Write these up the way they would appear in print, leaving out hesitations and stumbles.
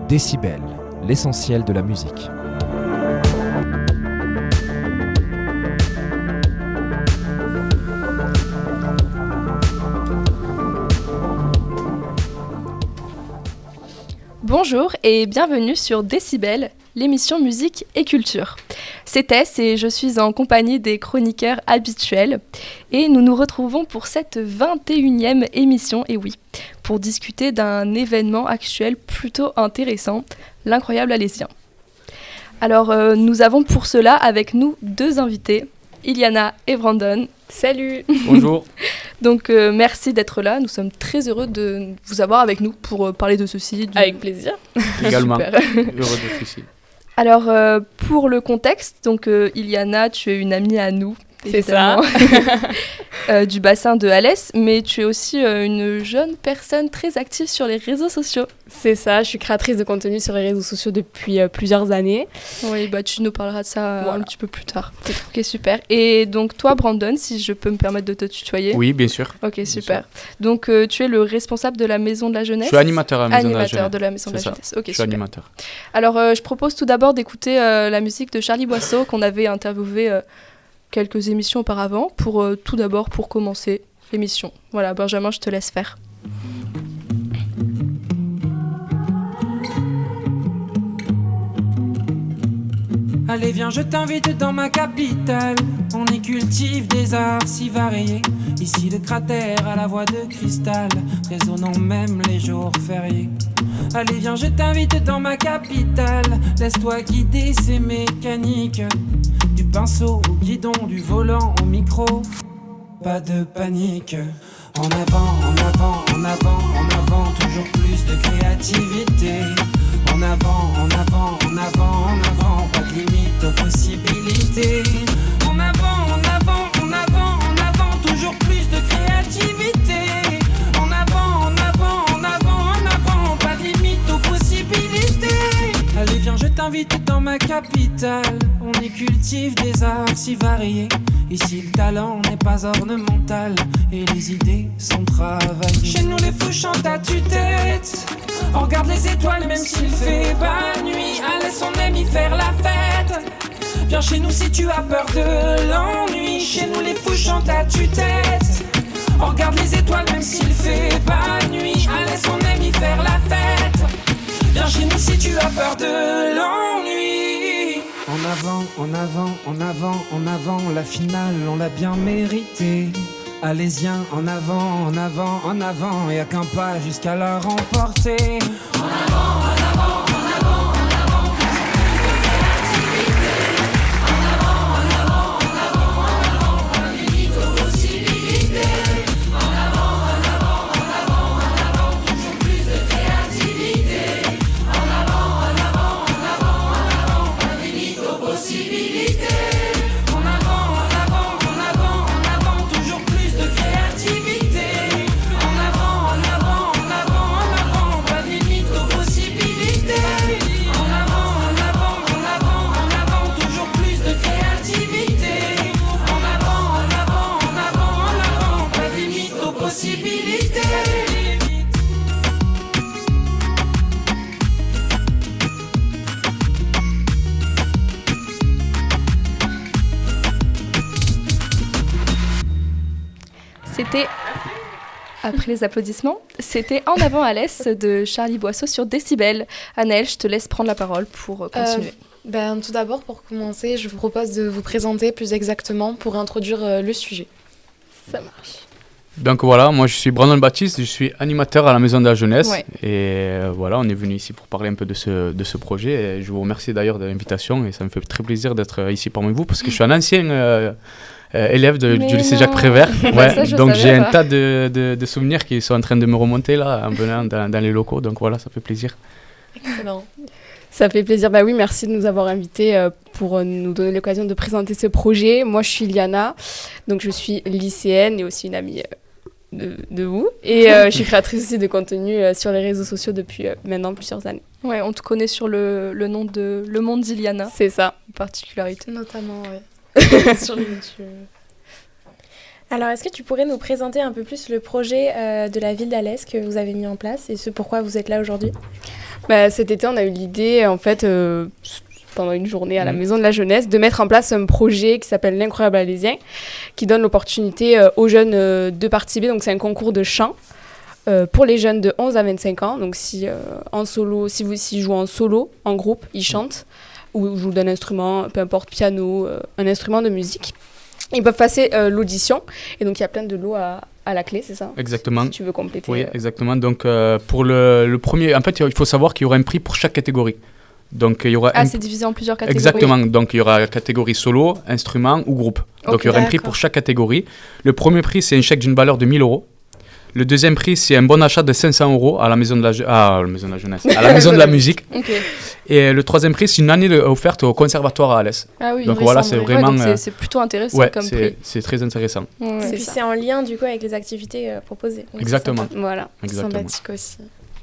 Décibel, l'essentiel de la musique. Bonjour et bienvenue sur Décibel, l'émission musique et culture. C'est Tess et je suis en compagnie des chroniqueurs habituels et nous nous retrouvons pour cette 21e émission, et oui, pour discuter d'un événement actuel plutôt intéressant, l'incroyable Alésien. Alors nous avons pour cela avec nous deux invités, Iliana et Brandon. Salut. Bonjour. Donc merci d'être là, nous sommes très heureux de vous avoir avec nous pour parler de ceci. Avec plaisir. Également, Super. heureux d'être ici. Alors pour le contexte, donc Iliana, tu es une amie à nous. C'est ça. Du bassin de Alès, mais tu es aussi une jeune personne très active sur les réseaux sociaux. C'est ça, je suis créatrice de contenu sur les réseaux sociaux depuis plusieurs années. Oui, bah tu nous parleras de ça un petit peu plus tard. Ok, super. Et donc toi, Brandon, si je peux me permettre de te tutoyer. Oui, bien sûr. Ok, Bien super. sûr. Donc tu es le responsable de la Maison de la Jeunesse. Je suis animateur à la Maison de la Animateur Jeunesse. de la Maison de la C'est ça. Jeunesse. Ok, Je suis super. animateur. Alors je propose tout d'abord d'écouter la musique de Charlie Boisseau qu'on avait interviewé quelques émissions auparavant pour tout d'abord pour commencer l'émission. Voilà, Benjamin, je te laisse faire. Allez viens, je t'invite dans ma capitale. On y cultive des arts si variés. Ici le cratère à la voix de cristal, résonnant même les jours fériés. Allez viens, je t'invite dans ma capitale. Laisse-toi guider, c'est mécanique. Du pinceau au guidon, du volant au micro. Pas de panique. En avant, en avant, en avant, en avant. Toujours plus de créativité. En avant, en avant, en avant, en avant. Pas de limite aux possibilités. En avant, en avant, en avant, en avant. Toujours plus de créativité. En avant, en avant, en avant, en avant. Pas de limite aux possibilités. Allez viens, je t'invite dans ma capitale. On y cultive des arts si variés. Ici le talent n'est pas ornemental et les idées sont travaillées. Chez nous les fous chantent à tue-tête. On regarde les étoiles même s'il fait pas nuit. Allez on aime y faire la fête. Viens chez nous si tu as peur de l'ennui. Chez nous les fous chantent à tue-tête. On regarde les étoiles même s'il fait pas nuit. Allez on aime y faire la fête. Viens chez nous si tu as peur de l'ennui. En avant, en avant, en avant, en avant. La finale on l'a bien méritée. Alésiens en avant, en avant, en avant. Y'a qu'un pas jusqu'à la remporter. En avant, en avant, en avant, en avant. Créativité. En avant, en avant, en avant, en avant. Pas de limite aux possibilités. En avant, en avant, en avant, en avant. Toujours plus de créativité. En avant, en avant, en avant, en avant. Pas de limite aux possibilités. En avant, en avant, en avant, en avant. Toujours plus de créativité. En avant, en avant, en avant, en avant. Pas de limite aux possibilités. En avant, en avant, en avant, en avant. Toujours plus de créativité. En avant, en avant, en avant, en avant. Pas de limite aux possibilités. C'était, après les applaudissements, c'était En avant Alès de Charlie Boisseau sur Décibel. Anaëlle, je te laisse prendre la parole pour continuer. Tout d'abord, pour commencer, je vous propose de vous présenter plus exactement pour introduire le sujet. Ça marche. Donc voilà, moi je suis Brandon Baptiste, je suis animateur à la Maison de la Jeunesse. Ouais. Et voilà, on est venu ici pour parler un peu de ce projet. Et je vous remercie d'ailleurs de l'invitation et ça me fait très plaisir d'être ici parmi vous parce que je suis un ancien élève du lycée Jacques Prévert. Ouais, Ça, je donc savais j'ai pas. un tas de souvenirs qui sont en train de me remonter là en venant dans les locaux. Donc voilà, ça fait plaisir. Excellent. Ça fait plaisir. Bah oui, merci de nous avoir invités pour nous donner l'occasion de présenter ce projet. Moi, je suis Iliana, donc je suis lycéenne et aussi une amie de vous. Et je suis créatrice aussi de contenu sur les réseaux sociaux depuis maintenant plusieurs années. Ouais, on te connaît sur le nom de Le Monde d'Iliana, C'est ça. particularité. Notamment, oui. Sur les YouTube. Alors, est-ce que tu pourrais nous présenter un peu plus le projet de la ville d'Alès que vous avez mis en place et ce pourquoi vous êtes là aujourd'hui ? Cet été, on a eu l'idée, en fait, pendant une journée à la Maison de la Jeunesse, de mettre en place un projet qui s'appelle l'Incroyable Alésien, qui donne l'opportunité aux jeunes de participer. Donc, c'est un concours de chant pour les jeunes de 11 à 25 ans. Donc, si ils jouent en solo, en groupe, ils chantent, ou jouent d'un instrument, peu importe, piano, un instrument de musique. Ils peuvent passer l'audition. Et donc, il y a plein de lots à la clé, c'est ça ? Exactement. Si tu veux compléter. Oui, exactement. Donc, pour le premier... En fait, il faut savoir qu'il y aura un prix pour chaque catégorie. Donc, il y aura c'est divisé en plusieurs catégories. Exactement. Donc, il y aura catégorie solo, instrument ou groupe. Donc, il y aura un prix pour chaque catégorie. Le premier prix, c'est un chèque d'une valeur de 1 000 €. Le deuxième prix, c'est un bon achat de 500 € à la Maison de la Jeunesse, à la Maison de la Musique. Okay. Et le troisième prix, c'est une année offerte au Conservatoire à Alès. Ah oui, donc voilà, c'est vraiment... donc c'est plutôt intéressant comme prix. C'est très intéressant. Et puis c'est en lien du coup avec les activités proposées. Donc exactement. Voilà. Exactement. Sympathique aussi.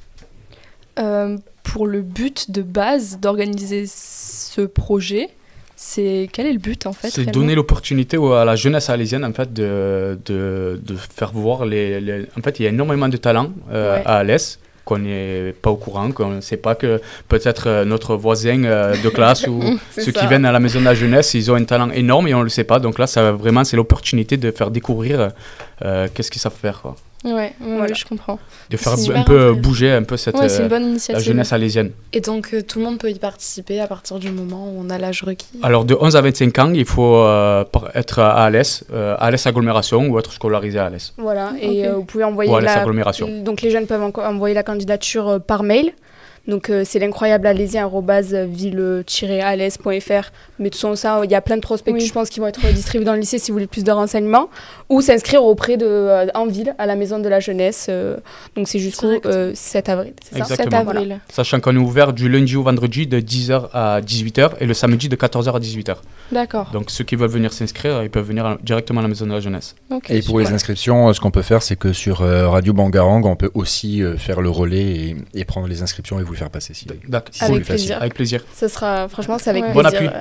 Pour le but de base d'organiser ce projet, quel est le but en fait ? C'est donner l'opportunité à la jeunesse alésienne en fait de faire voir En fait, il y a énormément de talents à Alès qu'on n'est pas au courant, qu'on ne sait pas que peut-être notre voisin de classe ou ceux qui viennent à la Maison de la Jeunesse, ils ont un talent énorme et on ne le sait pas. Donc là, c'est l'opportunité de faire découvrir qu'est-ce qu'ils savent faire, quoi. Ouais, je comprends. De faire un peu bouger un peu cette c'est une bonne initiative. La jeunesse alésienne. Et donc tout le monde peut y participer à partir du moment où on a l'âge requis. Alors de 11 à 25 ans, il faut être à Alès agglomération ou être scolarisé à Alès. Voilà, et vous pouvez envoyer donc les jeunes peuvent envoyer la candidature par mail. Donc c'est l'incroyablealésien@ville-alès.fr. Mais de toute façon, ça, il y a plein de prospectus, je pense, qui vont être distribués dans le lycée si vous voulez plus de renseignements. Ou s'inscrire auprès en ville, à la Maison de la Jeunesse. Donc c'est jusqu'au 7 avril, c'est ça ? Exactement. 7 avril. Sachant qu'on est ouvert du lundi au vendredi de 10h à 18h et le samedi de 14h à 18h. D'accord. Donc ceux qui veulent venir s'inscrire, ils peuvent venir directement à la Maison de la Jeunesse. Okay, et pour les inscriptions, ce qu'on peut faire, c'est que sur Radio Bangarang, on peut aussi faire le relais et prendre les inscriptions et vous le faire passer. Avec plaisir. Avec plaisir. Ce sera, franchement, c'est avec bon plaisir.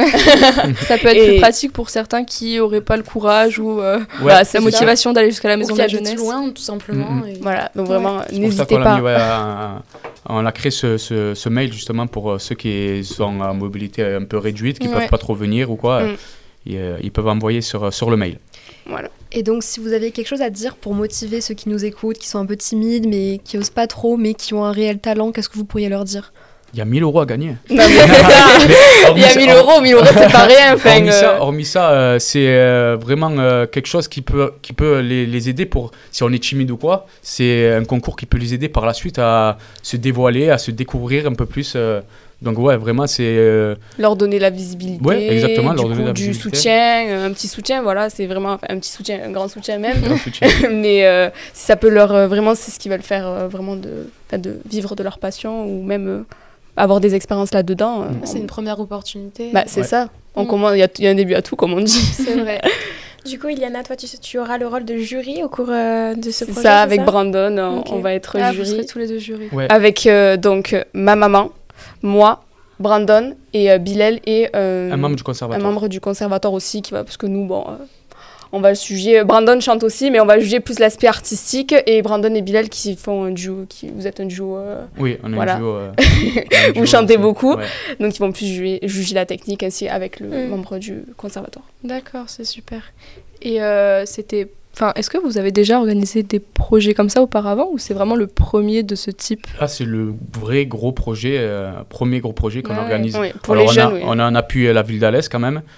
Ça peut être plus pratique pour certains qui n'auraient pas le courage ou la motivation d'aller jusqu'à la Maison de la Jeunesse. Ou qui habitent loin, tout simplement. Et... Voilà, donc vraiment, n'hésitez pour ça qu'on pas. On a créé ce mail justement pour ceux qui sont à mobilité un peu réduite, qui ne peuvent pas trop venir ou quoi. Ils peuvent envoyer sur le mail. Voilà. Et donc, si vous avez quelque chose à dire pour motiver ceux qui nous écoutent, qui sont un peu timides, mais qui n'osent pas trop, mais qui ont un réel talent, qu'est-ce que vous pourriez leur dire ? Il y a 1 000 € à gagner. Non, mais c'est ça. Il y a 1 000 €, 1 000 € c'est pas rien. Hormis ça, c'est vraiment quelque chose qui peut les aider si on est timide ou quoi. C'est un concours qui peut les aider par la suite à se dévoiler, à se découvrir un peu plus. Donc ouais, vraiment c'est... leur donner la visibilité, exactement, leur donner la du visibilité. Soutien, un petit soutien, voilà, c'est vraiment un petit soutien, un grand soutien même. Mais si ça peut leur... vraiment, c'est ce qu'ils veulent faire, vraiment de vivre de leur passion ou même avoir des expériences là-dedans. C'est une première opportunité. C'est ça. Il y a un début à tout, comme on dit. C'est vrai. Du coup, Iliana, toi, tu auras le rôle de jury au cours de ce projet, ça, avec Brandon, on va être jury. Vous serez tous les deux jurys. Ouais. Avec donc ma maman, moi, Brandon et Bilal et un membre du conservatoire. Un membre du conservatoire aussi qui va, parce que nous, on va juger. Brandon chante aussi, mais on va juger plus l'aspect artistique. Et Brandon et Bilal qui font un duo. Vous êtes un duo. Oui, on est un duo. Vous chantez beaucoup, donc ils vont plus juger la technique ainsi avec le membre du conservatoire. D'accord, c'est super. Et c'était. Enfin, est-ce que vous avez déjà organisé des projets comme ça auparavant ou c'est vraiment le premier de ce type ? C'est le vrai gros projet, premier gros projet qu'on organise. Oui, pour les jeunes, on a un appui à la ville d'Alès quand même,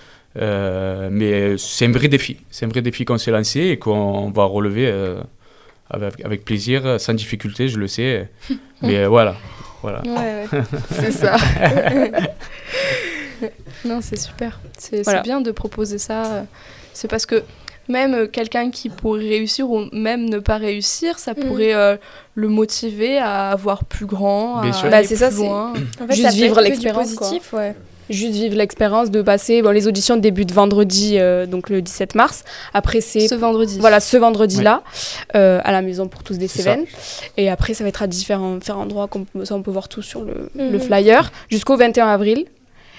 mais c'est un vrai défi. C'est un vrai défi qu'on s'est lancé et qu'on va relever avec plaisir, sans difficulté, je le sais. Mais voilà. Ouais. C'est ça. Non, c'est super. C'est bien de proposer ça. C'est parce que même quelqu'un qui pourrait réussir ou même ne pas réussir, ça pourrait le motiver à avoir plus grand, à aller plus loin. En fait, juste vivre l'expérience. Positif, Juste vivre l'expérience de passer... les auditions débutent vendredi, donc le 17 mars. Après, c'est... Ce vendredi. Voilà, ce vendredi-là, à la Maison pour tous des Cévennes. Et après, ça va être à différents endroits, comme ça on peut voir tout sur le flyer, jusqu'au 21 avril.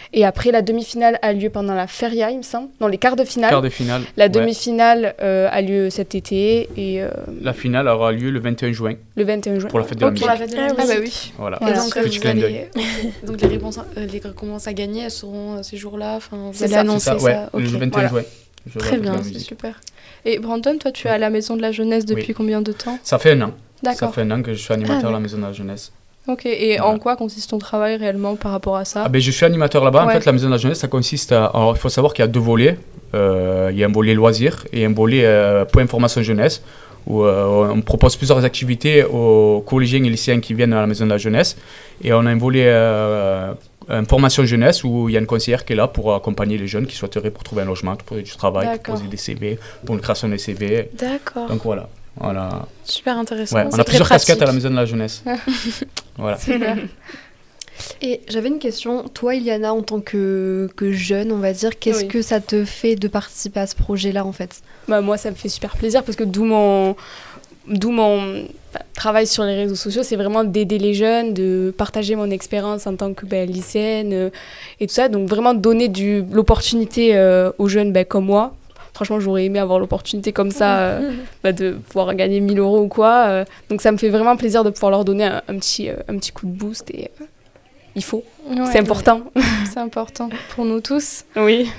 Et après, la demi-finale a lieu pendant la feria, il me semble. Non, les quarts de finale. Quart de finale. La demi-finale a lieu cet été. Et la finale aura lieu le 21 juin. Le 21 juin. Pour la fête de la musique. Pour la fête de la musique. Ah bah oui. Voilà. Et donc, Petit clin d'œil. donc les récompenses à gagner, elles seront ces jours-là. Enfin, vous C'est allez ça, annoncer C'est ça, ouais, ça. Ok. le 21 Voilà. juin. Très bien, la C'est musique. super. Et Brandon, toi, tu es à la Maison de la Jeunesse depuis combien de temps? Ça fait un an. Ça D'accord. fait un an que je suis animateur Ah, à la Maison de la Jeunesse. Ok, et Voilà. en quoi consiste ton travail réellement par rapport à ça? Ah ben, je suis animateur là-bas. En Ouais. fait, la Maison de la Jeunesse, ça consiste à... Alors, il faut savoir qu'il y a 2 volets. Il y a un volet loisirs et un volet point information jeunesse, où on propose plusieurs activités aux collégiens et lycéens qui viennent à la Maison de la Jeunesse. Et on a un volet information jeunesse, où il y a une conseillère qui est là pour accompagner les jeunes qui souhaiteraient pour trouver un logement, pour trouver du travail, pour D'accord. poser des CV, pour une création des CV. D'accord. Donc voilà. Voilà. Super intéressant. Ouais, C'est on a très plusieurs pratique. casquettes à la Maison de la Jeunesse. Voilà. Super. Et j'avais une question. Toi, Iliana, en tant que jeune, on va dire, qu'est-ce Oui. que ça te fait de participer à ce projet-là, en fait? Bah, moi, ça me fait super plaisir parce que d'où mon travail sur les réseaux sociaux, c'est vraiment d'aider les jeunes, de partager mon expérience en tant que lycéenne et tout ça. Donc vraiment donner l'opportunité aux jeunes comme moi. Franchement, j'aurais aimé avoir l'opportunité comme ça de pouvoir gagner 1 000 € ou quoi. Donc ça me fait vraiment plaisir de pouvoir leur donner un petit coup de boost et il faut. Ouais, C'est important. c'est important pour nous tous. Oui.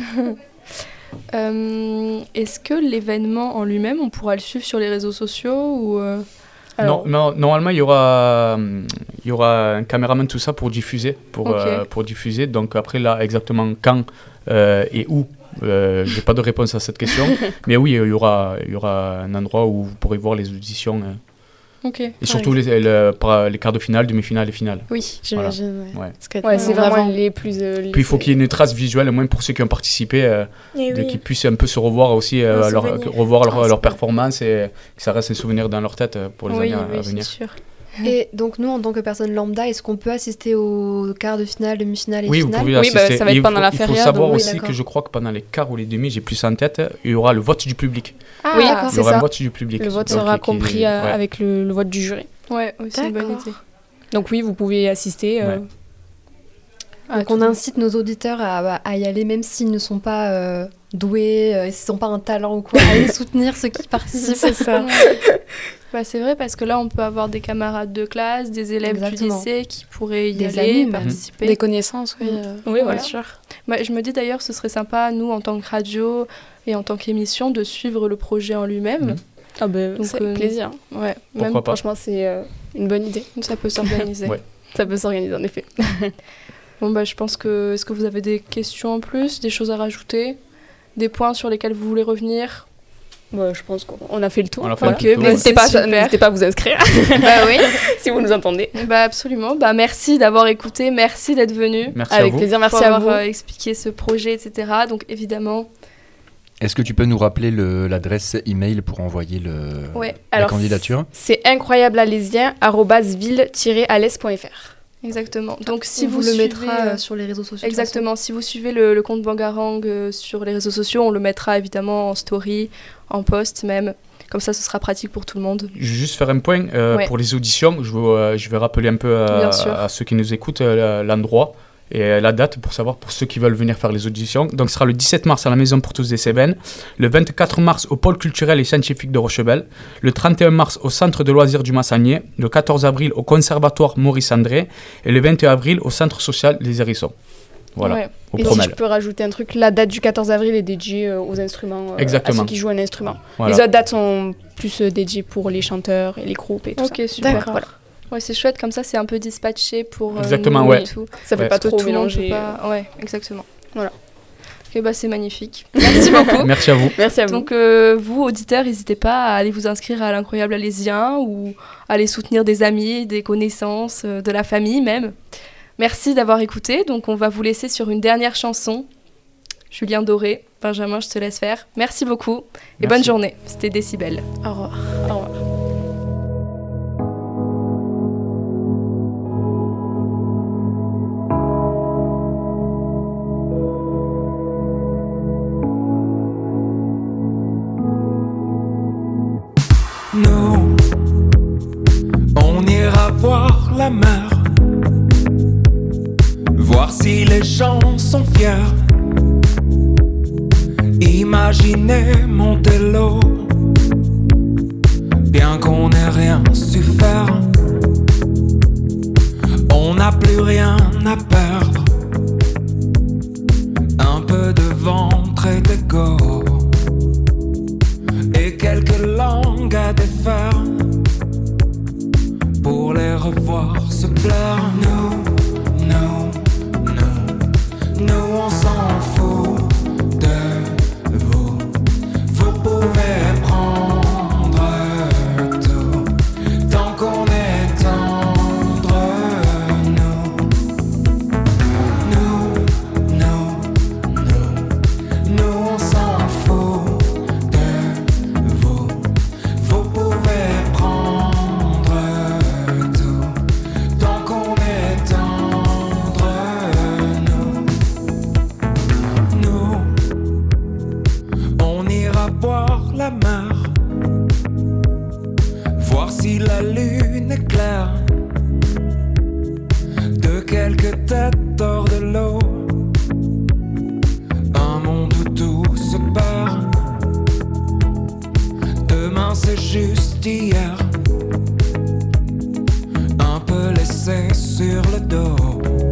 Est-ce que l'événement en lui-même, on pourra le suivre sur les réseaux sociaux ou Alors, Non, normalement, il y aura un caméraman, tout ça, pour diffuser. Ok. Pour diffuser. Donc après, là, exactement quand et où, j'ai pas de réponse à cette question. Mais oui, il y aura un endroit où vous pourrez voir les auditions. Ok. Et surtout les quarts de finale, demi-finale et finale. Oui, j'imagine. Ouais. Ça va être ouais, mis c'est en vraiment avant. les plus... Puis il faut qu'il y ait une trace visuelle, au moins pour ceux qui ont participé, Et oui. qu'ils puissent un peu se revoir aussi, Un leur souvenir. performance et que ça reste un souvenir dans leur tête pour les Oui, années à oui, c'est venir. sûr. Et donc, nous, en tant que personne lambda, est-ce qu'on peut assister aux quarts de finale, demi-finale et Oui, vous finale? pouvez Oui, assister. ça va être Et pendant la il faut feria, savoir donc oui, aussi d'accord. que je crois que pendant les quarts ou les demi, j'ai plus en tête, il y aura le vote du public. Ah, Oui, d'accord. Il y c'est aura ça. un vote du public. Le vote Donc, sera qui- compris ouais. avec le vote du jury. ouais, oui, c'est une bonne D'accord. idée. Donc oui, vous pouvez assister. Ouais. Donc, on incite nos auditeurs à y aller, même s'ils ne sont pas doués, s'ils n'ont pas un talent ou quoi, à aller soutenir ceux qui participent. C'est ça. Bah, c'est vrai parce que là, on peut avoir des camarades de classe, des élèves Exactement. du lycée qui pourraient y Des aller, amis, même. participer. Des connaissances, oui. Oui, bien voilà. sûr. Bah, je me dis d'ailleurs, ce serait sympa, nous, en tant que radio et en tant qu'émission, de suivre le projet en lui-même. Mhm. Ah ben, Donc, c'est avec plaisir. Ouais, Pourquoi même pas. Franchement, c'est une bonne idée. ça peut s'organiser. Ouais. Ça peut s'organiser, en effet. Bon, bah, je pense que... Est-ce que vous avez des questions en plus, des choses à rajouter, des points sur lesquels vous voulez revenir? Ouais, je pense qu'on a fait le tour. On a fait Voilà. un petit tour. N'hésitez Bah, c'est super. pas à vous inscrire, Bah oui, si vous nous entendez. bah absolument. Bah merci d'avoir écouté, merci d'être venu. Merci Avec à vous. plaisir, merci pour à avoir vous. expliqué ce projet, etc. Donc évidemment, Est-ce que tu peux nous rappeler l'adresse email pour envoyer ouais, la Alors, candidature? C'est incroyablealésien@ville-alès.fr. exactement. Donc si On vous vous le suivez, mettra sur les réseaux sociaux. de toute exactement, si vous suivez le compte Bangarang sur les réseaux sociaux, on le mettra évidemment en story, en post même. Comme ça, ce sera pratique pour tout le monde. Je vais juste faire un point Ouais. pour les auditions. Je vais rappeler un peu Bien sûr. à ceux qui nous écoutent l'endroit et la date pour savoir pour ceux qui veulent venir faire les auditions. Donc, ce sera le 17 mars à la Maison pour tous des Cévennes, le 24 mars au Pôle culturel et scientifique de Rochebelle, le 31 mars au Centre de loisirs du Massagnier, le 14 avril au Conservatoire Maurice André et le 21 avril au Centre social des Hérissons. Voilà, Ouais. au Et si Promel. je peux rajouter un truc, la date du 14 avril est dédiée aux instruments, à Exactement. ceux qui jouent un instrument. Voilà. Les autres dates sont plus dédiées pour les chanteurs et les groupes et tout Ok, ça. super. D'accord. Voilà. Ouais, c'est chouette, comme ça, c'est un peu dispatché pour Exactement, nous ouais. et tout. Ça fait Ouais. pas Que trop tout le monde mélanger. peut pas... Ouais, exactement. Voilà. Ok, bah c'est magnifique. Merci beaucoup. Merci à vous. Merci à vous. Donc vous, auditeurs, n'hésitez pas à aller vous inscrire à l'Incroyable Alésien ou à aller soutenir des amis, des connaissances, de la famille même. Merci d'avoir écouté. Donc on va vous laisser sur une dernière chanson. Julien Doré, Benjamin, je te laisse faire. Merci beaucoup et Merci. bonne journée. C'était Décibel. Au revoir. Au revoir. Nous, on ira voir la mer, voir voir si les gens sont fiers. Imaginez Montello, bien qu'on n'ait rien su faire. On n'a plus rien à perdre. Un peu de ventre et d'ego, et quelques langues à défaire, pour les revoir se plaire. Nous on s'en fout de vous. Vous pouvez prendre tout, tant qu'on est tendre. Nous on s'en fout de vous. Vous pouvez prendre tout, tant qu'on est tendre. Nous, on ira voir la mer, voir si la lune est claire. De quelques têtes hors de l'eau, un monde où tout se perd. Demain c'est juste hier, un peu laissé sur le dos.